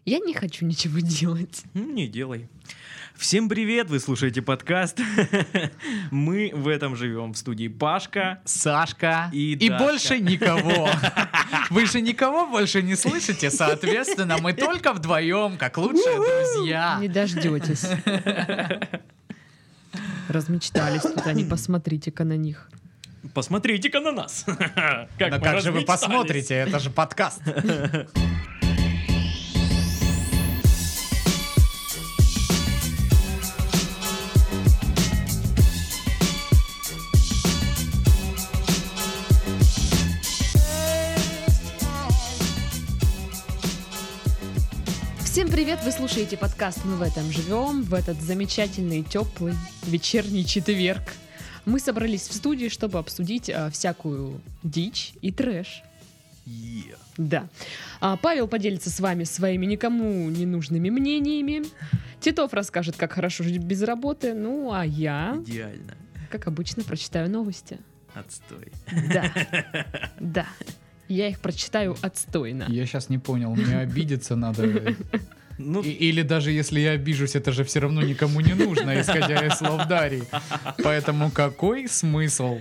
Я не хочу ничего делать. Не делай. Всем привет, вы слушаете подкаст. Мы в этом живем в студии Пашка, Сашка и Дашка. больше никого. Вы же никого больше не слышите, соответственно, мы только вдвоем, как лучшие друзья. Не дождетесь. Размечтались тут они, посмотрите-ка на них. Посмотрите-ка на нас. Но мы как же вы размечтались. посмотрите, это же подкаст. Всем привет, вы слушаете подкаст «Мы в этом живем» в этот замечательный, теплый вечерний четверг. Мы собрались в студии, чтобы обсудить всякую дичь и трэш. Да. Павел поделится с вами своими никому не нужными мнениями. Титов расскажет, как хорошо жить без работы. Ну, а я, Идеально. как обычно, прочитаю новости. Отстой. Да, да. Я их прочитаю отстойно. Я сейчас не понял, мне обидеться надо. Ну, Или даже если я обижусь, это же все равно никому не нужно, исходя из слов Дарьи. Поэтому какой смысл?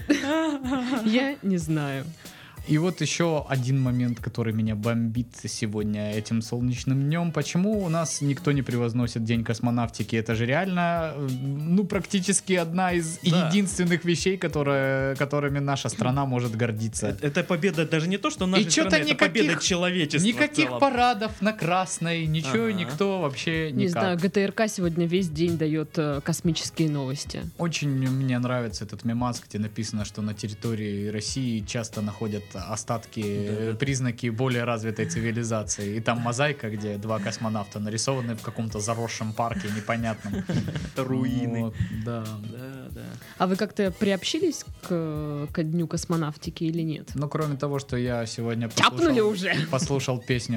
Я не знаю. И вот еще один момент, который меня бомбит сегодня этим солнечным днем. Почему у нас никто не превозносит День космонавтики? Это же реально, ну, практически одна из единственных вещей, которыми наша страна может гордиться. это победа даже не то, что нашей И чё-то страны, это победа человечества. в Никаких целом. парадов на красной, ничего, Ага. никто вообще Не никак. знаю, ГТРК сегодня весь день дает космические новости. Очень мне нравится этот мемас, где написано, что на территории России часто находят остатки, признаки более развитой цивилизации. И там мозаика, где два космонавта нарисованы в каком-то заросшем парке непонятном. Руины. Вот, да. Да. А вы как-то приобщились к Дню космонавтики или нет? Ну, кроме того, что я сегодня Чапнули уже. послушал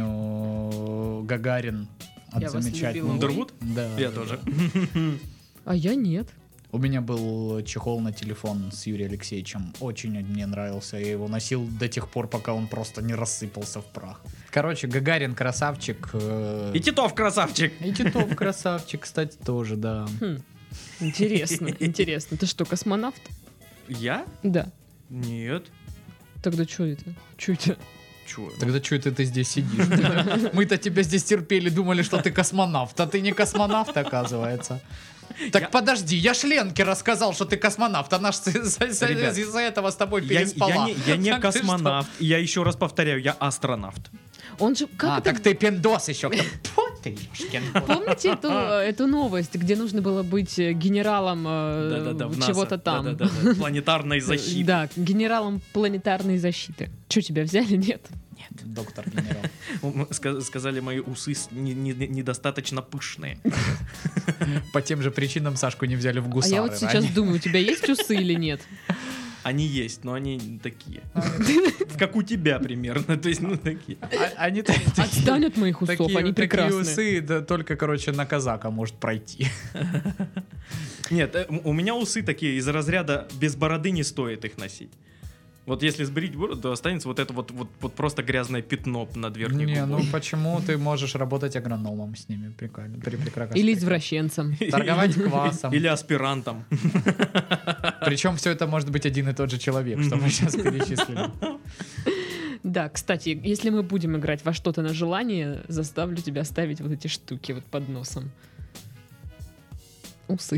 песню «Гагарин» от Я вас замечательного... любила. Underwood? Да. Я да, тоже. А я нет. У меня был чехол на телефон с Юрием Алексеевичем. Очень он мне нравился. Я его носил до тех пор, пока он просто не рассыпался в прах. Короче, Гагарин красавчик. И Титов красавчик. И Титов красавчик, кстати, тоже, да. Интересно, интересно. Ты что, космонавт? Я? Да. Нет. Тогда что это? Что это? Чё? Тогда что это ты здесь сидишь? Мы-то тебя здесь терпели, думали, что ты космонавт, а ты не космонавт, оказывается. Так подожди, я ж Ленке рассказал, что ты космонавт, она ж Ребят, из-за этого с тобой Я переспала. я не Так ты космонавт. И я еще раз повторяю, я астронавт. Он же... что? Как это... Так ты пиндос еще. Фу ты, ёшкин кот. Помните эту новость, где нужно было быть генералом Да-да-да, в НАСА. чего-то там? Да-да-да, планетарной защиты. Да, генералом планетарной защиты. Че, тебя взяли? Нет. Доктор генерал. Сказали, мои усы недостаточно пышные. По тем же причинам Сашку не взяли в А гусары. я вот сейчас думаю, у тебя есть усы или нет? Они есть, но они такие. Как у тебя примерно. То есть, ну, такие. Они Отстань от моих усов, они такие прекрасные. усы, да, только, короче, на казака может пройти. Нет, у меня усы такие из разряда без бороды не стоит их носить. Вот если сбрить бороду, то останется вот это вот просто грязное пятно над верхней Не, губой. ну почему ты можешь работать агрономом с ними? Прикольно. Или извращенцем. Торговать квасом. Или аспирантом. Причем все это может быть один и тот же человек, что мы сейчас перечислили. Да, кстати, если мы будем играть во что-то на желание, заставлю тебя ставить вот эти штуки вот под носом. Усы.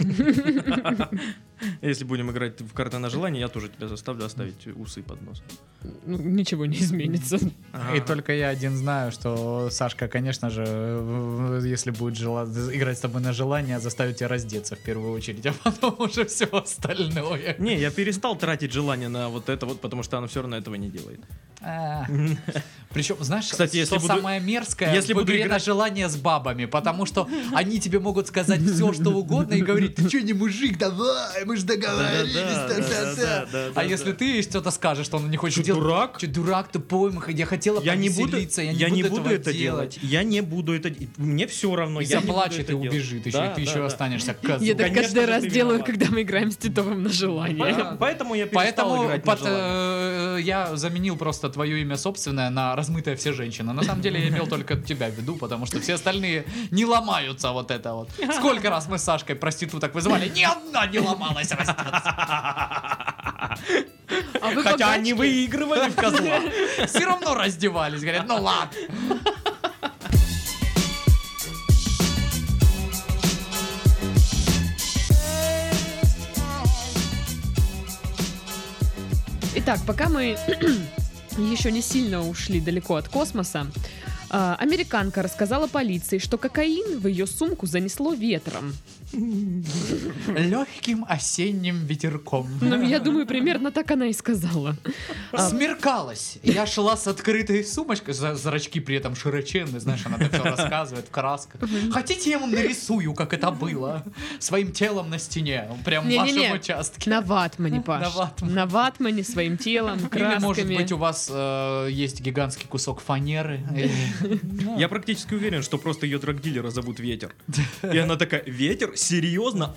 Если будем играть в карты на желание, я тоже тебя заставлю оставить усы под носом. Ну, ничего не изменится. И только я один знаю, что Сашка, конечно же, если будет играть с тобой на желание, заставит тебя раздеться в первую очередь, а потом уже все остальное. Не, я перестал тратить желание на вот это вот, потому что она все равно этого не делает. Причем, знаешь, Кстати, если что буду- самое мерзкое если в буду игре на играть- желание с бабами, потому что они тебе могут сказать все, что угодно и говорить: ты что, не мужик, давай, мы же договорились. Да-да-да. А если ты что-то скажешь, что он не хочет Чё, делать? дурак? Че, дурак тупой, я хотела Я не буду, повеселиться, я не буду этого это делать. Я не буду это делать. Мне все равно. И я не буду заплачет, это и делать. убежит, еще, Да, и ты еще да. останешься козлом. Я так Конечно каждый же, раз ты делаю, виноват. когда мы играем с Титовым на желание. Поэтому я перестал Поэтому играть на желание. я заменил просто твое имя собственное на размытая все женщины. На самом деле я имел только тебя в виду, потому что все остальные не ломаются вот это вот. Сколько раз мы с Сашкой проституток вызывали, ни одна не ломалась. Хотя они выигрывали в козла. Все равно раздевались. Говорят, ну ладно. Итак, пока мы еще не сильно ушли далеко от космоса, американка рассказала полиции, что кокаин в ее сумку занесло ветром. Легким осенним ветерком. Ну, я думаю, примерно так она и сказала. Смеркалось. Я шла с открытой сумочкой, зрачки при этом широченные, знаешь, она так все рассказывает в красках. Хотите, я вам нарисую, как это было? Своим телом на стене, прям в вашем участке. На ватмане, Паш. На ватмане своим телом, красками. Или, может быть, у вас есть гигантский кусок фанеры. Я практически уверен, что просто ее драгдилера зовут Ветер. И она такая, Ветер? Серьезно?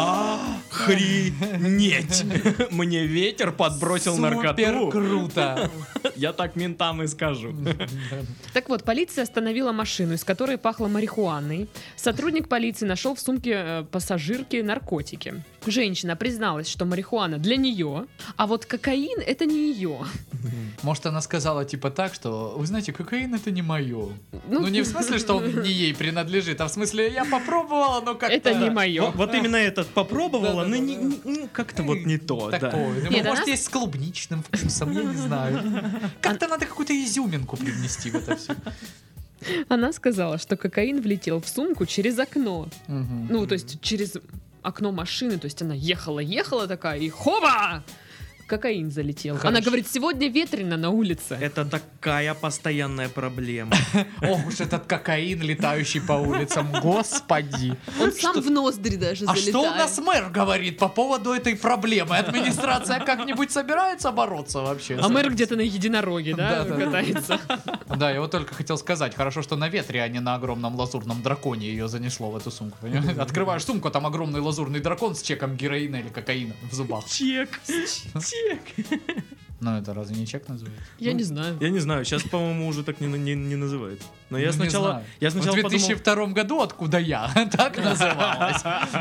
Охренеть! Мне Ветер подбросил наркоту. Супер круто! Я так ментам и скажу. Так вот, полиция остановила машину, из которой пахло марихуаной. Сотрудник полиции нашел в сумке пассажирки наркотики. Женщина призналась, что марихуана для нее, а вот кокаин — это не ее. Может, она сказала типа так, что, вы знаете, кокаин — это не мое. Ну, не в смысле, что он не ей принадлежит, а в смысле, я попробовала, но как-то... Это не мое. Вот именно этот попробовала, но как-то вот не то. Может, есть с клубничным вкусом, я не знаю. Как-то надо какую-то изюминку привнести в это все. Она сказала, что кокаин влетел в сумку через окно. Ну, то есть через окно машины. То есть она ехала такая и хоба! Кокаин залетел. Хорошо. Она говорит, сегодня ветрено на улице. Это такая постоянная проблема. Ох уж этот кокаин, летающий по улицам, господи. Он сам в ноздри даже А залетает. что у нас мэр говорит по поводу этой проблемы? Администрация как-нибудь собирается бороться вообще? А мэр где-то на единороге, да, Да. катается. Да, я вот только хотел сказать, хорошо, что на ветре, а не на огромном лазурном драконе ее занесло в эту сумку. Понимаешь? Открываешь сумку, а там огромный лазурный дракон с чеком героина или кокаина в зубах. Чек. Ну это разве не чек называется? Я не знаю. Я не знаю, сейчас, по-моему, уже так не называют. Но я Ну, не сначала знаю. В подумал... 2002 году, откуда я, так называлось.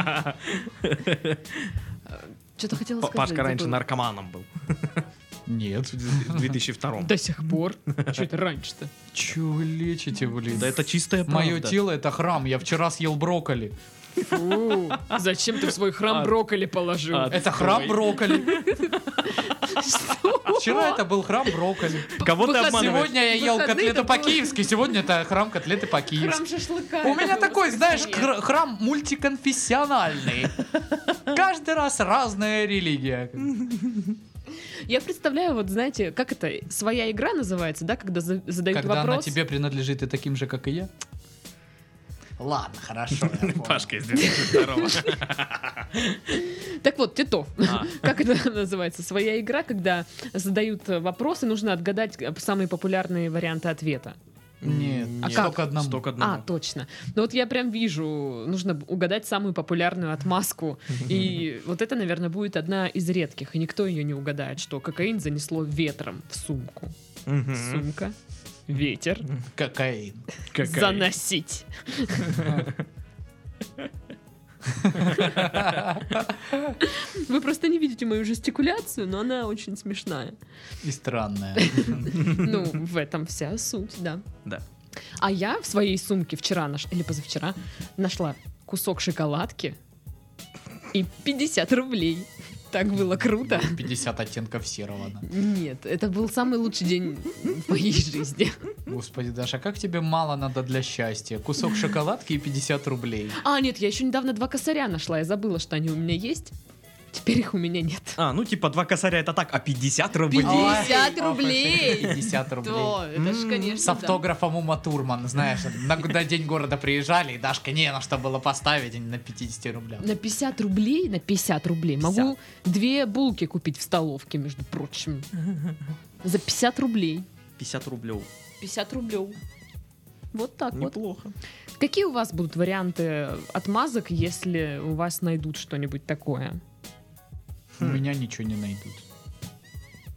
Что-то хотела сказать. Пашка раньше забыла. наркоманом был. Нет. В 2002. До сих пор. Что это раньше-то? Че вы лечите, блин? Да это чистая правда. Мое тело это храм, я вчера съел брокколи. Фу, зачем ты в свой храм брокколи положил? Это храм брокколи. Что? Вчера это был храм брокколи. Кого ты обманываешь? Сегодня я ел Выходные котлеты такое. по-киевски, сегодня это храм котлеты по-киевски. Храм шашлыка. У меня такой, знаешь, храм мультиконфессиональный. Каждый раз разная религия. Я представляю, вот знаете, как это, своя игра называется, да, когда задают Когда она вопрос. тебе принадлежит и таким же, как и я. Ладно, хорошо. я понял. Пашка из 2002. Так вот, Титов, как это называется? Своя игра, когда задают вопросы, нужно отгадать самые популярные варианты ответа. Нет, А что как? к одному. Что к одному. А, точно. Ну вот я прям вижу, нужно угадать самую популярную отмазку. И вот это, наверное, будет одна из редких. И никто ее не угадает, что кокаин занесло ветром в сумку. Мгм. Сумка, ветер, Кокаин. Какая? заносить. Вы просто не видите мою жестикуляцию, но она очень смешная. И странная. Ну, в этом вся суть, да. Да. А я в своей сумке вчера или позавчера нашла кусок шоколадки и 50 рублей. Так было круто. 50 оттенков серого. Да. Нет, это был самый лучший день в моей жизни. Господи, Даша, как тебе мало надо для счастья? Кусок шоколадки и 50 рублей. А, нет, я еще недавно 2 косаря нашла. Я забыла, что они у меня есть. Теперь их у меня нет. А, ну типа 2 косаря это так, а 50 рублей? 50 рублей! 50 рублей. То, это ж, конечно, С да. автографом Ума Турман, знаешь, на день города приезжали, и Дашка не на что было поставить, а не на 50 рублях. На 50 рублей, могу 2 булки купить в столовке, между прочим. За 50 рублей. 50 рублей. 50 рублей. Вот так вот. Неплохо. Какие у вас будут варианты отмазок, если у вас найдут что-нибудь такое? У меня ничего не найдут.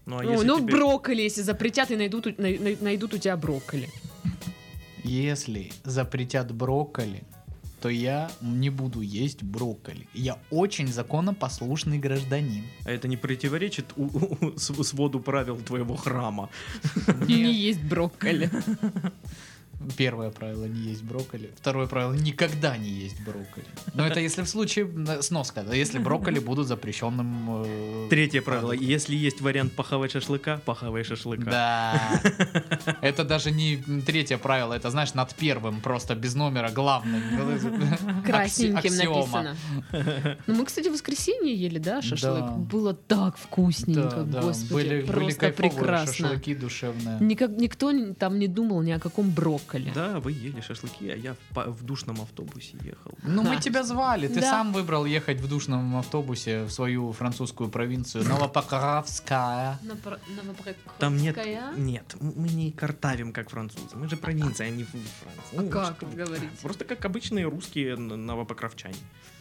Ну, а Ну, если тебе- брокколи, если запретят и найдут у тебя брокколи. Если запретят брокколи, то я не буду есть брокколи. Я очень законопослушный гражданин. А это не противоречит своду правил твоего храма? Не есть брокколи. Первое правило — не есть брокколи. Второе правило — никогда не есть брокколи. Но это если в случае сноска, если брокколи будут запрещенным. Третье правило. Если есть вариант похавать шашлыка, похавай шашлыка. Да. Это даже не третье правило, это, знаешь, над первым, просто без номера, главным. Красненьким Аксиома. написано. Ну, мы, кстати, в воскресенье ели, да, шашлык? Да. Было так вкусненько, Да, господи, были просто кайфовые прекрасно. шашлыки душевные. Никто там не думал ни о каком брокколи. Да, вы ели шашлыки, а я в душном автобусе ехал. Ну, мы тебя звали, ты Да. сам выбрал ехать в душном автобусе в свою французскую провинцию Новопокровская. Там нет, Новопокровская? нет, мы не картавим, как французы. Мы же провинция, а не Франция. А Ну, как что вы. говорить? Просто как обычные русские новопокровчане.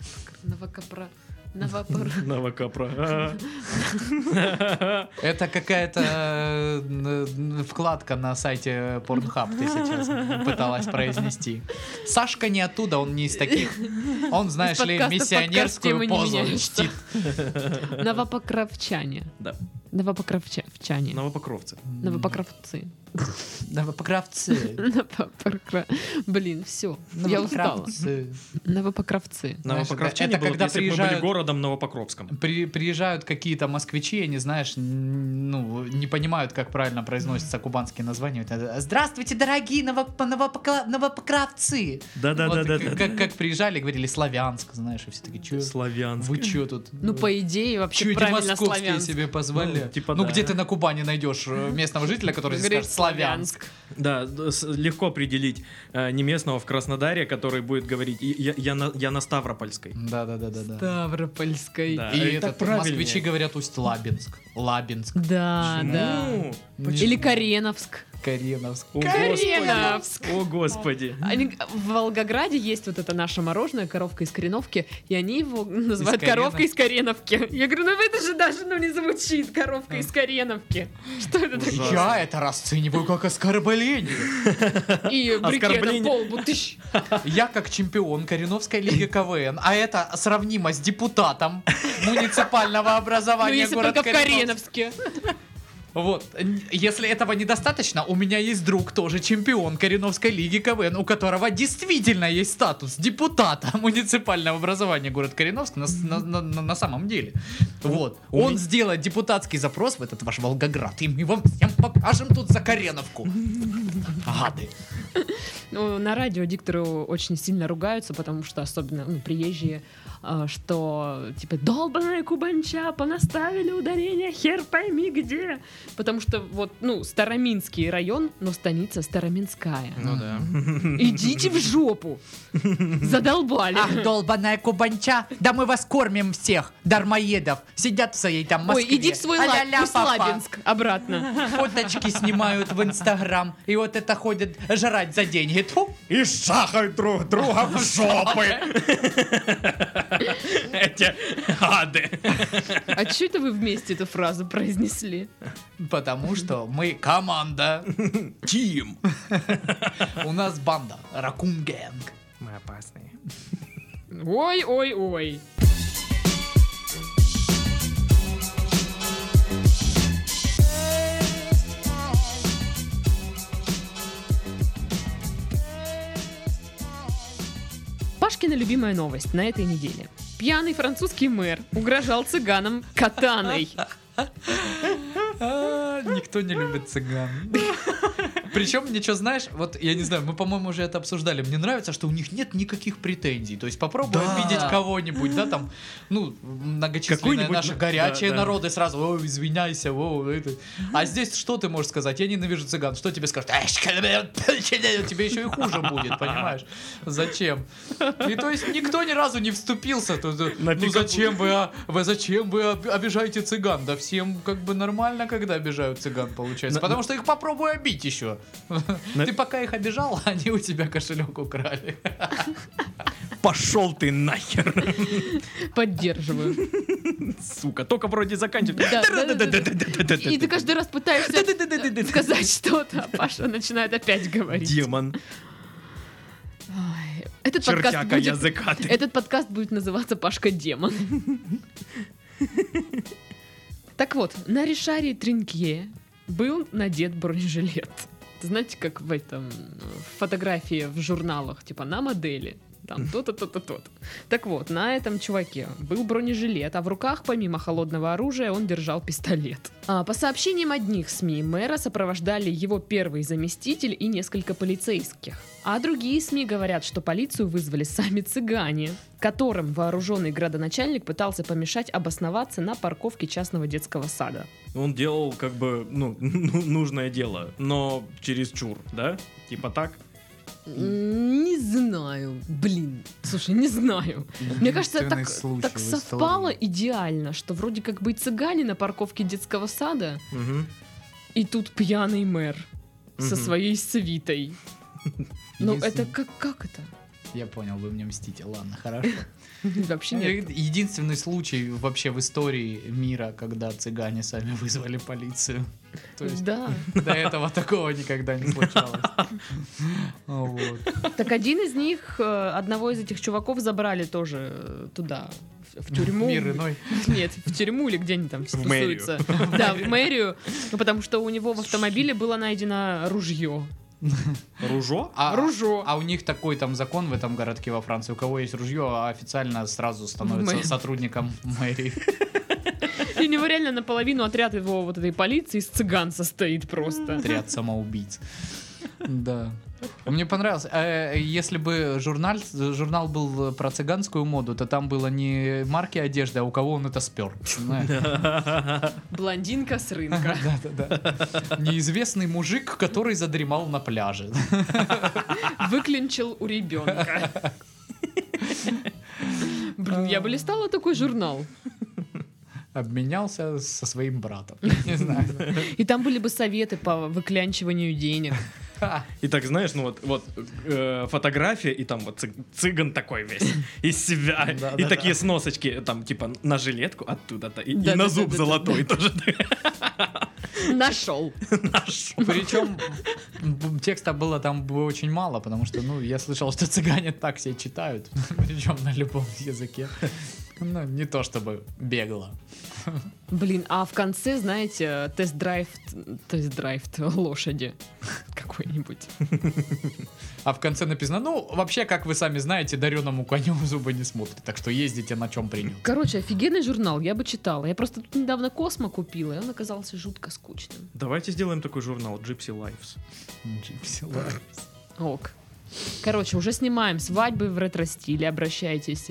Новокопра. Это какая-то вкладка на сайте Pornhub ты сейчас пыталась произнести. Сашка не оттуда, он не из таких. Он, знаешь ли, подкаста в подкаст миссионерскую темы не позу меняются. чтит. Новопокровчане. Да, Новопокровчане. новопокровцы. Новопокровцы. Новопокровцы. Блин, все. Я устала. Новопокровцы. Новопокровцы. Новопокровчане это было, когда если бы мы были приезжают- городом Новопокровском. Приезжают какие-то москвичи, они, знаешь, ну, не понимают, как правильно произносятся кубанские названия. Вот это, здравствуйте, дорогие новопокровцы! Да-да-да-да. Вот как приезжали, говорили Славянск, знаешь, и все такие, чё? Славянск. Вы чё тут? Ну, по идее, вообще Чё эти правильно московские славянск. себе позвали? Ну, типа Ну, да. где ты на Кубани найдешь местного жителя, который здесь Говорит, скажет Славянск? Да, легко определить не местного в Краснодаре, который будет говорить я на Ставропольской. Да. Ставропольской. Да. И это этот, правильнее. москвичи говорят Усть-Лабинск. Лабинск. Да, да. Ну, Или Кореновск. Кореновск. О, Кореновск. Господи. О, Господи. В Волгограде есть вот это наше мороженое, коровка из Кореновки, и они его называют Из коровка из Кореновки. Я говорю, ну это же даже не звучит, коровка из Кореновки. Что это такое? Я это расцениваю как оскорбление. И брикетом Оскорбление. по лбу, тыщ. Я как чемпион Кореновской лиги КВН, а это сравнимо с депутатом муниципального Ну образования если города только в Кореновск. Кореновске. Вот. Если этого недостаточно, у меня есть друг, тоже чемпион Кореновской лиги КВН, у которого действительно есть статус депутата муниципального образования город Кореновск на самом деле. Вот. Он сделает депутатский запрос в этот ваш Волгоград, и мы вам всем покажем тут за Кореновку. Гады. Ну, на радио дикторы очень сильно ругаются, потому что особенно приезжие, что типа долбаная кубанча, понаставили ударение, хер пойми где. Потому что вот, Староминский район, но станица Староминская. Ну да. Идите в жопу. Задолбали. Ах, долбаная кубанча, да мы вас кормим всех, дармоедов, сидят в своей там Москве. Ой, иди в свой А-ля-ля, папа. Услабинск обратно. Фоточки снимают в Инстаграм, и вот это ходят жрать за деньги. Тьфу. И шахают друг друга в жопы. Эти гады. А что это вы вместе эту фразу произнесли? Потому что мы команда. Тим. У нас банда. Ракун Гэнг. Мы опасные. Ой-ой-ой. Пашкина любимая новость на этой неделе. Пьяный французский мэр угрожал цыганам катаной. Никто не любит цыган. Причем, ничего знаешь, вот я не знаю, мы, по-моему, уже это обсуждали. Мне нравится, что у них нет никаких претензий. То есть попробуй Да. обидеть кого-нибудь, да, там, многочисленные Какой-нибудь, наши горячие да. народы сразу, ой, извиняйся, это. А здесь что ты можешь сказать? Я ненавижу цыган. Что тебе скажут? Тебе еще и хуже будет, понимаешь? Зачем? И то есть никто ни разу не вступился. Ну зачем вы обижаете цыган? Да всем как бы нормально, когда обижают цыган, получается. Потому что их попробуй обить еще. Ты пока их обижал, они у тебя кошелек украли. Пошел ты нахер. Поддерживаю. Сука, только вроде заканчивает. Да. И ты каждый раз пытаешься сказать что-то, а Паша начинает опять говорить. Демон. Ой, Этот Чертяка языкатый. Этот подкаст будет называться «Пашка Демон». Так вот, на Ришаре Тринкье был надет бронежилет. Знаете, как в этом в фотографии в журналах, типа на модели. Там то-то, то-то, то-то. Так вот, на этом чуваке был бронежилет, а в руках, помимо холодного оружия, он держал пистолет. По сообщениям одних СМИ, мэра сопровождали его первый заместитель и несколько полицейских. А другие СМИ говорят, что полицию вызвали сами цыгане, которым вооруженный градоначальник пытался помешать обосноваться на парковке частного детского сада. Он делал как бы, нужное дело, но чересчур, да? Типа так? Не знаю, блин, слушай, не знаю. Мне кажется, так совпало идеально, что вроде как бы и цыгане на парковке детского сада, и тут пьяный мэр со своей свитой. Ну это как это? Я понял, вы мне мстите, ладно, хорошо. Вообще нет. Единственный случай вообще в истории мира, когда цыгане сами вызвали полицию. То есть Да. до этого такого никогда не случалось. Вот. Так один из них, одного из этих чуваков забрали тоже туда, в тюрьму. Мир иной. Нет, в тюрьму или где они там В мэрию. тусуются. Да, в мэрию, потому что у него в автомобиле было найдено ружье. Ружо? Ружо. А у них такой там закон в этом городке во Франции. У кого есть ружье, официально сразу становится Мэр. сотрудником мэрии. И у него реально наполовину отряд его вот этой полиции из цыган состоит просто. Отряд самоубийц. Да. Мне понравилось. Если бы журнал был про цыганскую моду, то там было не марки одежды, а у кого он это спер. Блондинка с рынка. Да. Неизвестный мужик, который задремал на пляже. Выклинчил у ребенка. Блин, я бы листала такой журнал. Обменялся со своим братом. Не знаю. И там были бы советы по выклянчиванию денег. И так, знаешь, фотография, и там вот цыган такой весь из себя. И такие сносочки, там, типа, на жилетку оттуда-то. И на зуб золотой тоже. Нашел. Причем текста было там очень мало, потому что, я слышал, что цыгане так все читают, причем на любом языке. Не то чтобы бегло. Блин, а в конце, знаете, тест-драйв лошади какой-нибудь. А в конце написано, вообще, как вы сами знаете, дареному коню в зубы не смотрят, так что ездите на чем придет. Короче, офигенный журнал, я бы читала. Я просто тут недавно Космо купила, и он оказался жутко скучным. Давайте сделаем такой журнал Gypsy Lives. Gypsy Lives. Ок. Короче, уже снимаем свадьбы в ретро-стиле, обращайтесь.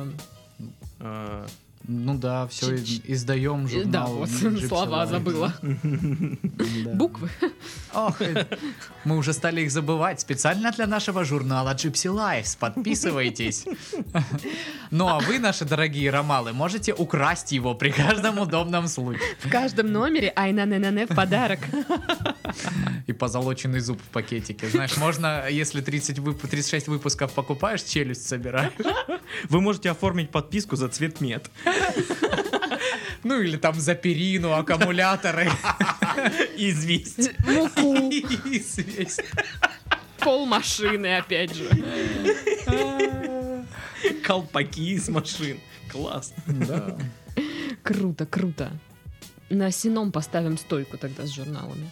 Ну да, все, издаем журнал. Да, вот Gypsy слова Lives. забыла. Да. Буквы. Ох, мы уже стали их забывать. Специально для нашего журнала Gypsy Lives. Подписывайтесь. Ну а вы, наши дорогие ромалы, можете украсть его при каждом удобном случае. В каждом номере айна-на-на-на в подарок. И позолоченный зуб в пакетике. Знаешь, можно, если 36 выпусков покупаешь, челюсть собираешь. Вы можете оформить подписку за цветмет. Ну или там за перину, аккумуляторы. Известь. Муку. Известь. Пол машины, опять же. Колпаки из машин. Класс. Да. Круто, круто. На Сином поставим стойку тогда с журналами.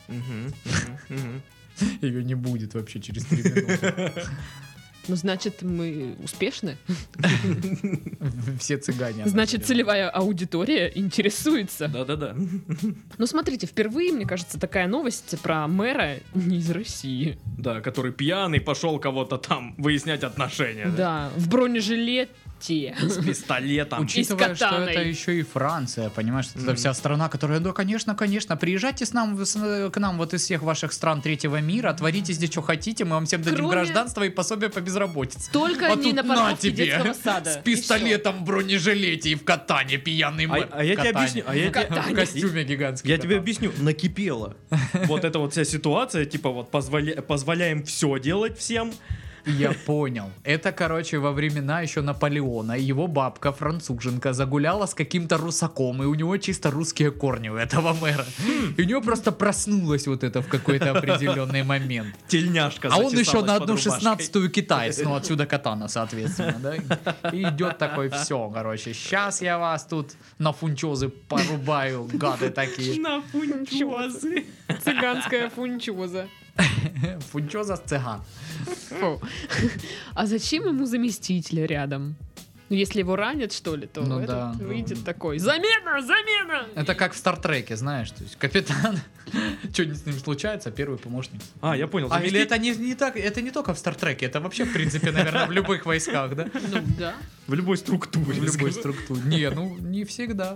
Ее не будет вообще через 3 минуты. Ну, значит, мы успешны. Все цыгане. Значит, целевая аудитория интересуется. Да-да-да. Ну, смотрите, впервые, мне кажется, такая новость про мэра не из России. Да, который пьяный пошел кого-то там выяснять отношения. Да, в бронежилете. С пистолетом. Учитывая, что катаной. это еще и Франция, понимаешь, это вся страна, которая, да, конечно, приезжайте к нам вот из всех ваших стран третьего мира, творите здесь, что хотите, мы вам всем дадим Кроме- гражданство и пособие по безработице. Только А не тут на на парковке тебе, детского сада. с И пистолетом в бронежилете и в катане пьяный мэр. А я тебе объясню. В костюме гигантском. Я тебе объясню, накипело. Вот эта вот вся ситуация, типа вот позволяем все делать всем, Я понял. Это, короче, во времена еще Наполеона. Его бабка, француженка, загуляла с каким-то русаком, и у него чисто русские корни у этого мэра. И у него просто проснулось вот это в какой-то определенный момент. Тельняшка А он еще зачесалась на под одну рубашкой. 16-ю китаец, ну отсюда катана, соответственно, да? И идет такой, все, короче, сейчас я вас тут на фунчозы порубаю, гады такие. На фунчозы. Цыганская фунчоза. Фунчоза с цыган. Фу. А зачем ему заместитель рядом? Ну, если его ранят, что ли, то Ну этот да. выйдет такой: замена, замена! Это как в Стартреке, знаешь, то есть капитан, что-нибудь с ним случается, первый помощник. А, я понял. А или это не так, это не только в Стартреке, это вообще, в принципе, наверное, в любых войсках, да? Ну да. В любой структуре. В любой структуре. Не, ну не всегда.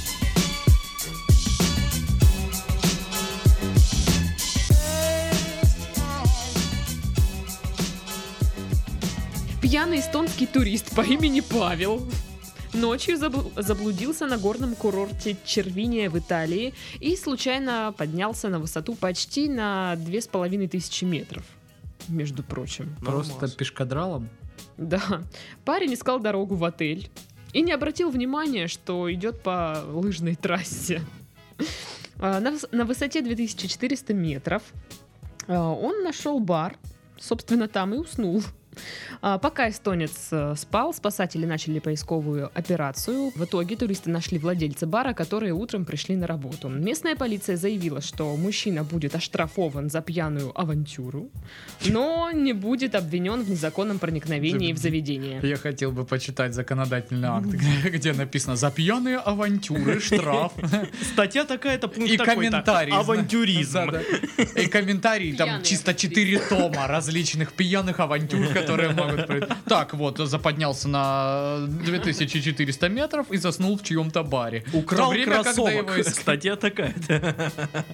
Пьяный эстонский турист по имени Павел ночью заблудился на горном курорте Червиния в Италии и случайно поднялся на высоту почти на 2500 метров, между прочим. Просто пешкадралом. Да. Парень искал дорогу в отель и не обратил внимания, что идет по лыжной трассе. На высоте 2400 метров он нашел бар, собственно, там и уснул. Пока эстонец спал, спасатели начали поисковую операцию. В итоге туристы нашли владельца бара, которые утром пришли на работу. Местная полиция заявила, что мужчина будет оштрафован за пьяную авантюру, но не будет обвинен в незаконном проникновении в заведение. Я хотел бы почитать законодательный акт, где написано «За пьяные авантюры штраф». Статья такая-то, пункт И такой-то. комментарий. Авантюризм. Да. И комментарий, там Пьяные чисто 4 тома различных пьяных авантюр, которые могут пройти. Так вот, заподнялся на 2400 метров и заснул в чьем-то баре. Украл В то время, когда кроссовок. его искали. Статья такая-то.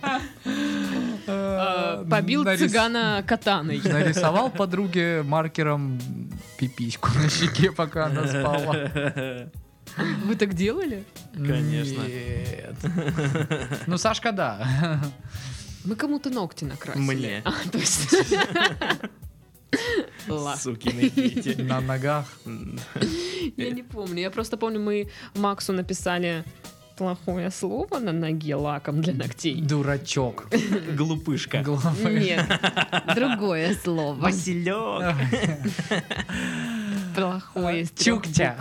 Побил цыгана катаной. Нарисовал подруге маркером пипиську на щеке, пока она спала. Вы так делали? Конечно. Нет. Ну, Сашка, да. Мы кому-то ногти накрасили. Мне. То есть... Ладно. Сукины дети. На ногах. Я не помню. Я просто помню, мы Максу написали плохое слово на ноге лаком для ногтей. Дурачок. Глупышка. Главное. Нет, другое слово. Василек. Плохое из трёх Чукча.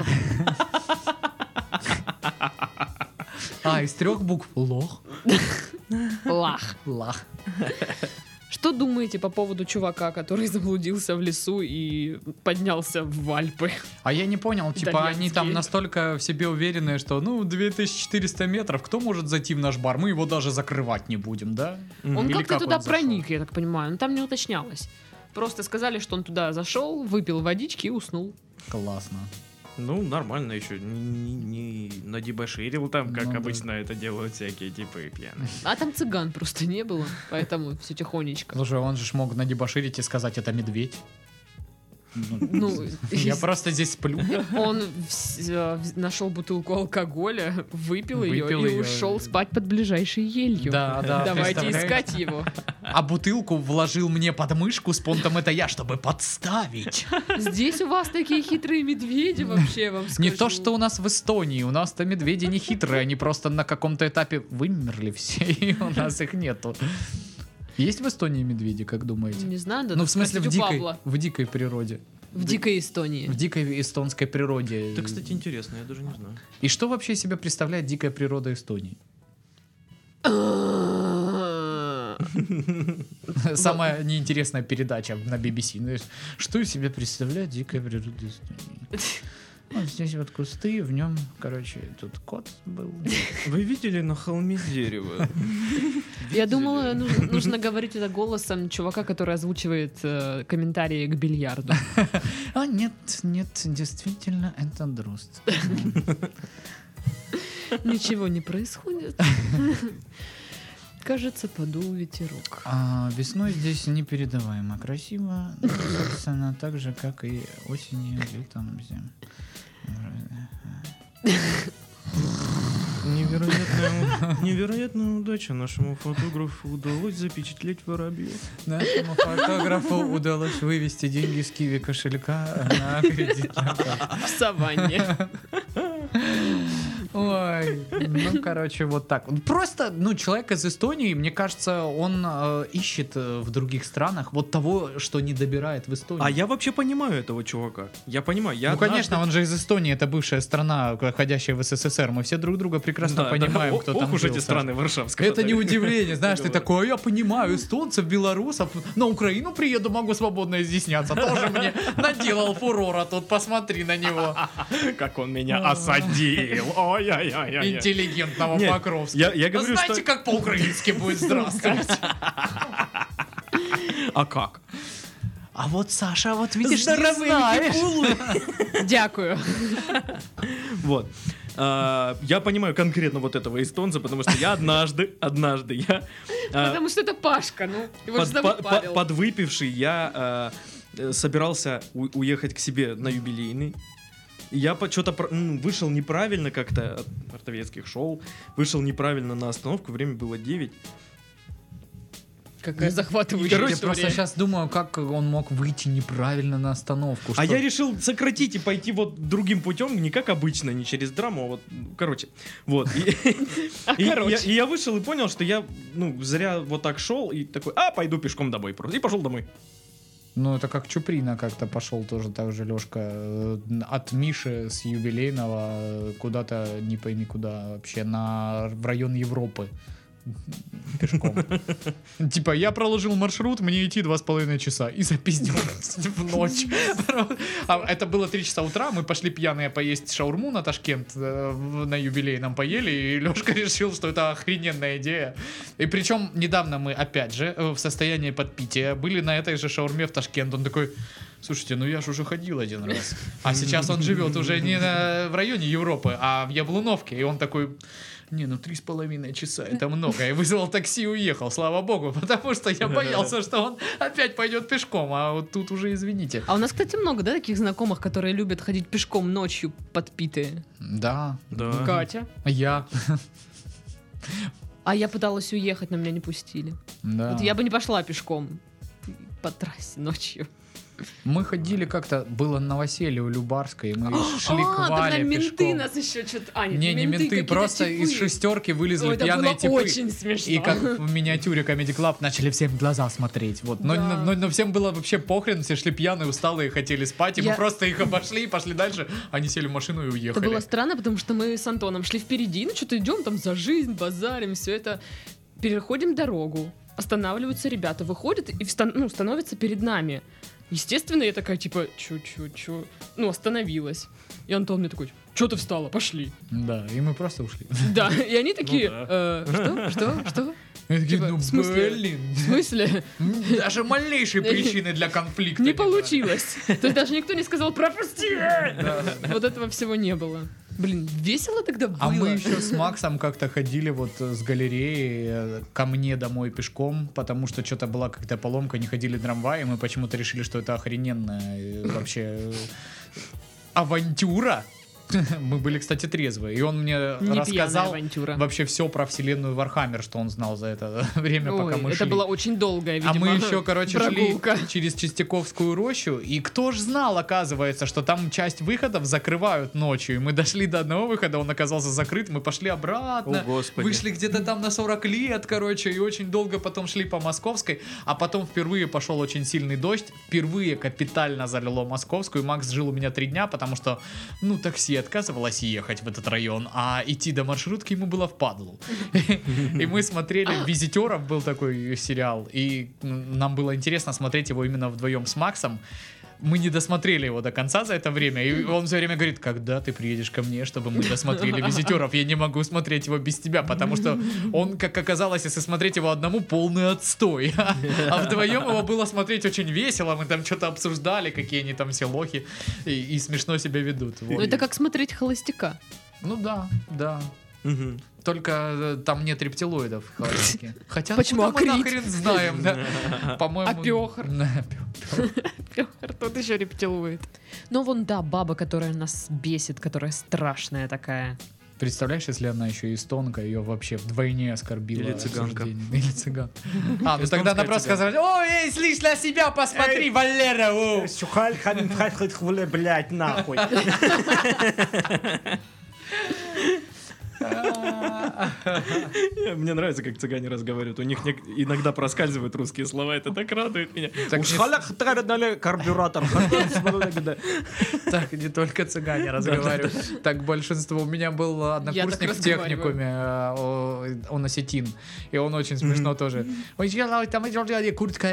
Из 3 букв. Лох. букв. Лах. Лах. Что думаете по поводу чувака, который заблудился в лесу и поднялся в Альпы? А я не понял, типа они там Итальянские. настолько в себе уверены, что 2400 метров, кто может зайти в наш бар? Мы его даже закрывать не будем, да? Он Или как-то как туда он зашел? проник, я так понимаю. Но там не уточнялось. Просто сказали, что он туда зашел, выпил водички и уснул. Классно. Ну, нормально еще. Не надебоширил там, как Ну да. обычно это делают всякие типы пьяные. А там цыган просто не было, поэтому все тихонечко. Слушай, он же ж мог надебоширить и сказать, это медведь. Ну, Я просто здесь сплю. он нашел бутылку алкоголя, выпил ее Выпил и её. ушел спать под ближайшей елью. Да, да. Давайте представляешь? искать его. А бутылку вложил мне под мышку с понтом это я, чтобы подставить. Здесь у вас такие хитрые медведи вообще, вам скажу. Не то, что у нас в Эстонии. У нас-то медведи не хитрые. Они просто на каком-то этапе вымерли все, и у нас их нету. Есть в Эстонии медведи, как думаете? Не знаю, да. Ну, в смысле, спросить у в Павла. дикой природе. В дикой Эстонии. В дикой эстонской природе. Это, кстати, интересно, я даже не знаю. И что вообще из себя представляет дикая природа Эстонии? Самая неинтересная передача на BBC. Знаешь, что из себя представляет дикая природа Эстонии? Вот здесь вот кусты, в нем, короче, тут кот был. Вы видели на холме дерево? Я думала, нужно говорить это голосом чувака, который озвучивает комментарии к бильярду. А нет, действительно, это дрозд. Ничего не происходит. Кажется, подул ветерок. А весной здесь непередаваемо красиво, собственно, так же, как и осенью, летом, зимой. Невероятная удача нашему фотографу удалось запечатлеть воробьев. Нашему фотографу удалось вывести деньги с киви кошелька на кредитную карту. В саванне. Ой, ну, короче, вот так. Просто, человек из Эстонии, мне кажется, он ищет в других странах вот того, что не добирает в Эстонии. А я вообще понимаю этого чувака. Я понимаю. Конечно, он же из Эстонии, это бывшая страна, входящая в СССР. Мы все друг друга прекрасно понимаем, кто там уж жил. эти страны Варшавского. Это не удивление, знаешь, ты такой, я понимаю эстонцев, белорусов, на Украину приеду, могу свободно изъясняться. Тоже мне наделал фурора тут, посмотри на него. Как он меня осадил. Ой-ой-ой. Интеллигентного Нет, Покровского. я говорю, знаете, что- как по-украински будет «здравствуйте». А как? А вот Саша, вот видишь, не знаешь. Дякую. Вот. Я понимаю конкретно вот этого эстонца, потому что я однажды я Потому что это Пашка, его же зовут Павел. подвыпивший, я собирался уехать к себе на юбилейный. И я что-то вышел неправильно как-то от ортовецких шоу, вышел неправильно на остановку, время было 9. Какая захватывающая Я история. просто сейчас думаю, как он мог выйти неправильно на остановку. А что- я решил сократить и пойти вот другим путем, не как обычно, не через драму, а вот, короче. Вот. И я вышел и понял, что я, зря вот так шел, и такой, пойду пешком домой просто. И пошел домой. Ну, это как Чуприна как-то пошел тоже так же, Лешка, от Миши с юбилейного куда-то, не пойми куда, вообще в район Европы. Пешком. Типа, я проложил маршрут, мне идти 2,5 часа. И запиздил в ночь. Это было 3 часа утра, мы пошли пьяные поесть шаурму на Ташкент, на юбилейном поели, и Лешка решил, что это охрененная идея. И причем недавно мы, опять же, в состоянии подпития, были на этой же шаурме в Ташкент. Он такой... Слушайте, я ж уже ходил один раз. А сейчас он живет уже не в районе Европы, а в Яблуновке. И он такой, 3,5 часа, это много. И вызвал такси и уехал, слава богу. Потому что я боялся, что он опять пойдет пешком. А вот тут уже извините. А у нас, кстати, много, да, таких знакомых, которые любят ходить пешком ночью подпитые? Да. Катя. Я. А я пыталась уехать, но меня не пустили. Да. Вот я бы не пошла пешком по трассе ночью. Мы ходили как-то, было новоселье у Любарской, и мы шли к тогда Вале менты пешком. нас еще что-то... Не менты, какие-то просто типы. из шестерки вылезли Ой, это пьяные было типы. очень смешно. И как в миниатюре Comedy Club начали всем в глаза смотреть. Вот. Но, Да. но всем было вообще похрен, все шли пьяные, усталые, хотели спать. И мы просто их обошли, пошли дальше. Они сели в машину и Это уехали. было странно, потому что мы с Антоном шли впереди, что-то идем там за жизнь, базарим, все это. Переходим дорогу, останавливаются ребята, выходят и становятся перед нами. Естественно, я такая, типа, чё, остановилась. И Антон мне такой, чё ты встала, пошли. Да, и мы просто ушли. Да, и они такие, что? Типа, в смысле? Блин. В смысле? Даже малейшей причины для конфликта. Не было. получилось. То есть даже никто не сказал, пропусти! Вот этого всего не было. Блин, весело тогда было. А мы еще с Максом как-то ходили вот с галереи ко мне домой пешком, потому что что-то была какая-то поломка, не ходили трамваи, и мы почему-то решили, что это охрененная вообще авантюра. Мы были, кстати, трезвые. И он мне Не рассказал пьяная авантюра. вообще все про вселенную Вархаммер, что он знал за это время, пока мы это шли. была очень долгая, видимо, А мы еще, короче, прогулка. шли через Чистяковскую рощу, и кто ж знал, оказывается, что там часть выходов закрывают ночью. И мы дошли до одного выхода, он оказался закрыт, мы пошли обратно, О, Господи. вышли где-то там на 40 лет, короче, и очень долго потом шли по Московской, а потом впервые пошел очень сильный дождь, впервые капитально залило Московскую, и Макс жил у меня 3 дня, потому что, такси отказывалось ехать в этот район, а идти до маршрутки ему было впадлу. И мы смотрели «Визитеров», был такой сериал, и нам было интересно смотреть его именно вдвоем с Максом. Мы не досмотрели его до конца за это время, и он все время говорит, когда ты приедешь ко мне, чтобы мы досмотрели «Визитеров», я не могу смотреть его без тебя, потому что он, как оказалось, если смотреть его одному, полный отстой, а вдвоем его было смотреть очень весело, мы там что-то обсуждали, какие они там все лохи, и смешно себя ведут. Вот. Ну, это как смотреть «Холостяка». Ну да. Мгм. Только там нет рептилоидов в холостяке. Хотя Почему? откуда мы Акрит? нахрен знаем, да? По-моему... А Пёхр? Да, Тут еще рептилоид. Ну, вон, да, баба, которая нас бесит, которая страшная такая. Представляешь, если она еще эстонка, ее вообще вдвойне оскорбила. Или цыганка. Или цыган. Ну тогда она Эстонская просто сказала: ой, эй, слышь, на себя посмотри, Валера! Блять, нахуй. Мне нравится, как цыгане разговаривают. У них иногда проскальзывают русские слова. Это так радует меня. Карбюратор. Так не только цыгане разговаривают. Так большинство. У меня был однокурсник в техникуме, он осетин. И он очень смешно тоже. Куртка,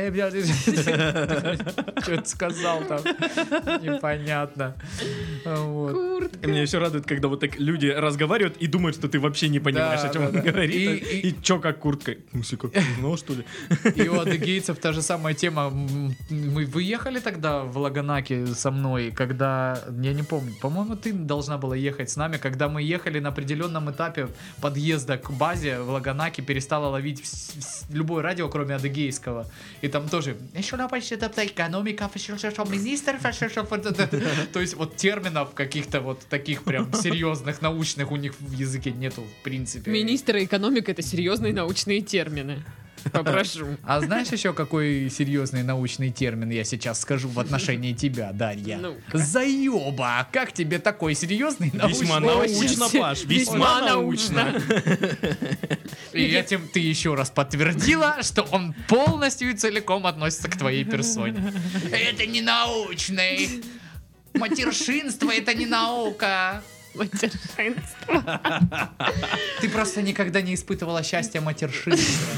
что-то сказал там. Непонятно. Меня еще радует, когда вот так люди разговаривают и думают, что ты вообще не понимаешь, о чем он говорит. И чё, как куртка? Ну, как ты знал, что ли? И у адыгейцев та же самая тема. Мы выехали тогда в Лаганаке со мной, когда, я не помню, по-моему, ты должна была ехать с нами, когда мы ехали на определенном этапе подъезда к базе в Лаганаке, перестала ловить любое радио, кроме адыгейского. И там тоже экономика, министр, то есть вот терминов каких-то вот таких прям серьезных, научных у них в языке нету, в принципе. Министр экономики — это серьезные научные термины. Попрошу. А знаешь еще какой серьезный научный термин я сейчас скажу в отношении тебя, Дарья? Ну-ка. Заеба! Как тебе такой серьезный научный? Весьма научно, Паш, весьма научно. И этим ты еще раз подтвердила, что он полностью и целиком относится к твоей персоне. Это не научный. Матершинство — это не наука. Матершинство. Ты просто никогда не испытывала счастья матершинства.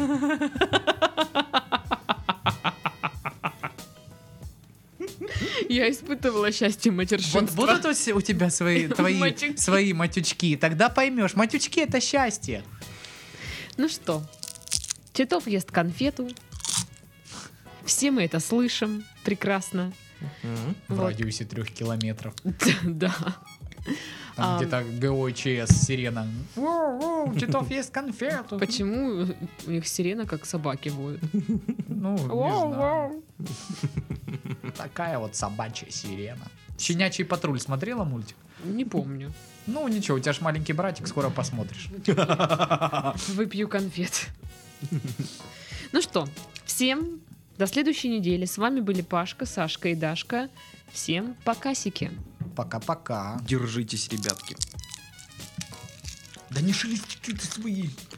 Я испытывала счастье матершинства. Вот будут у тебя свои матючки, тогда поймешь. Матючки — это счастье. Ну что, Титов ест конфету. Все мы это слышим прекрасно. В радиусе 3 километров. Да. Там где-то ГОЧС, сирена. Титов ест конфету. Почему у них сирена как собаки воют? Ну, не знаю. Такая вот собачья сирена. Щенячий патруль смотрела мультик? Не помню. Ну ничего, у тебя ж маленький братик, скоро посмотришь. Выпью конфет. Ну что, всем до следующей недели. С вами были Пашка, Сашка и Дашка. Всем покасики. Пока-пока. Держитесь, ребятки. Да не шелести ты свои.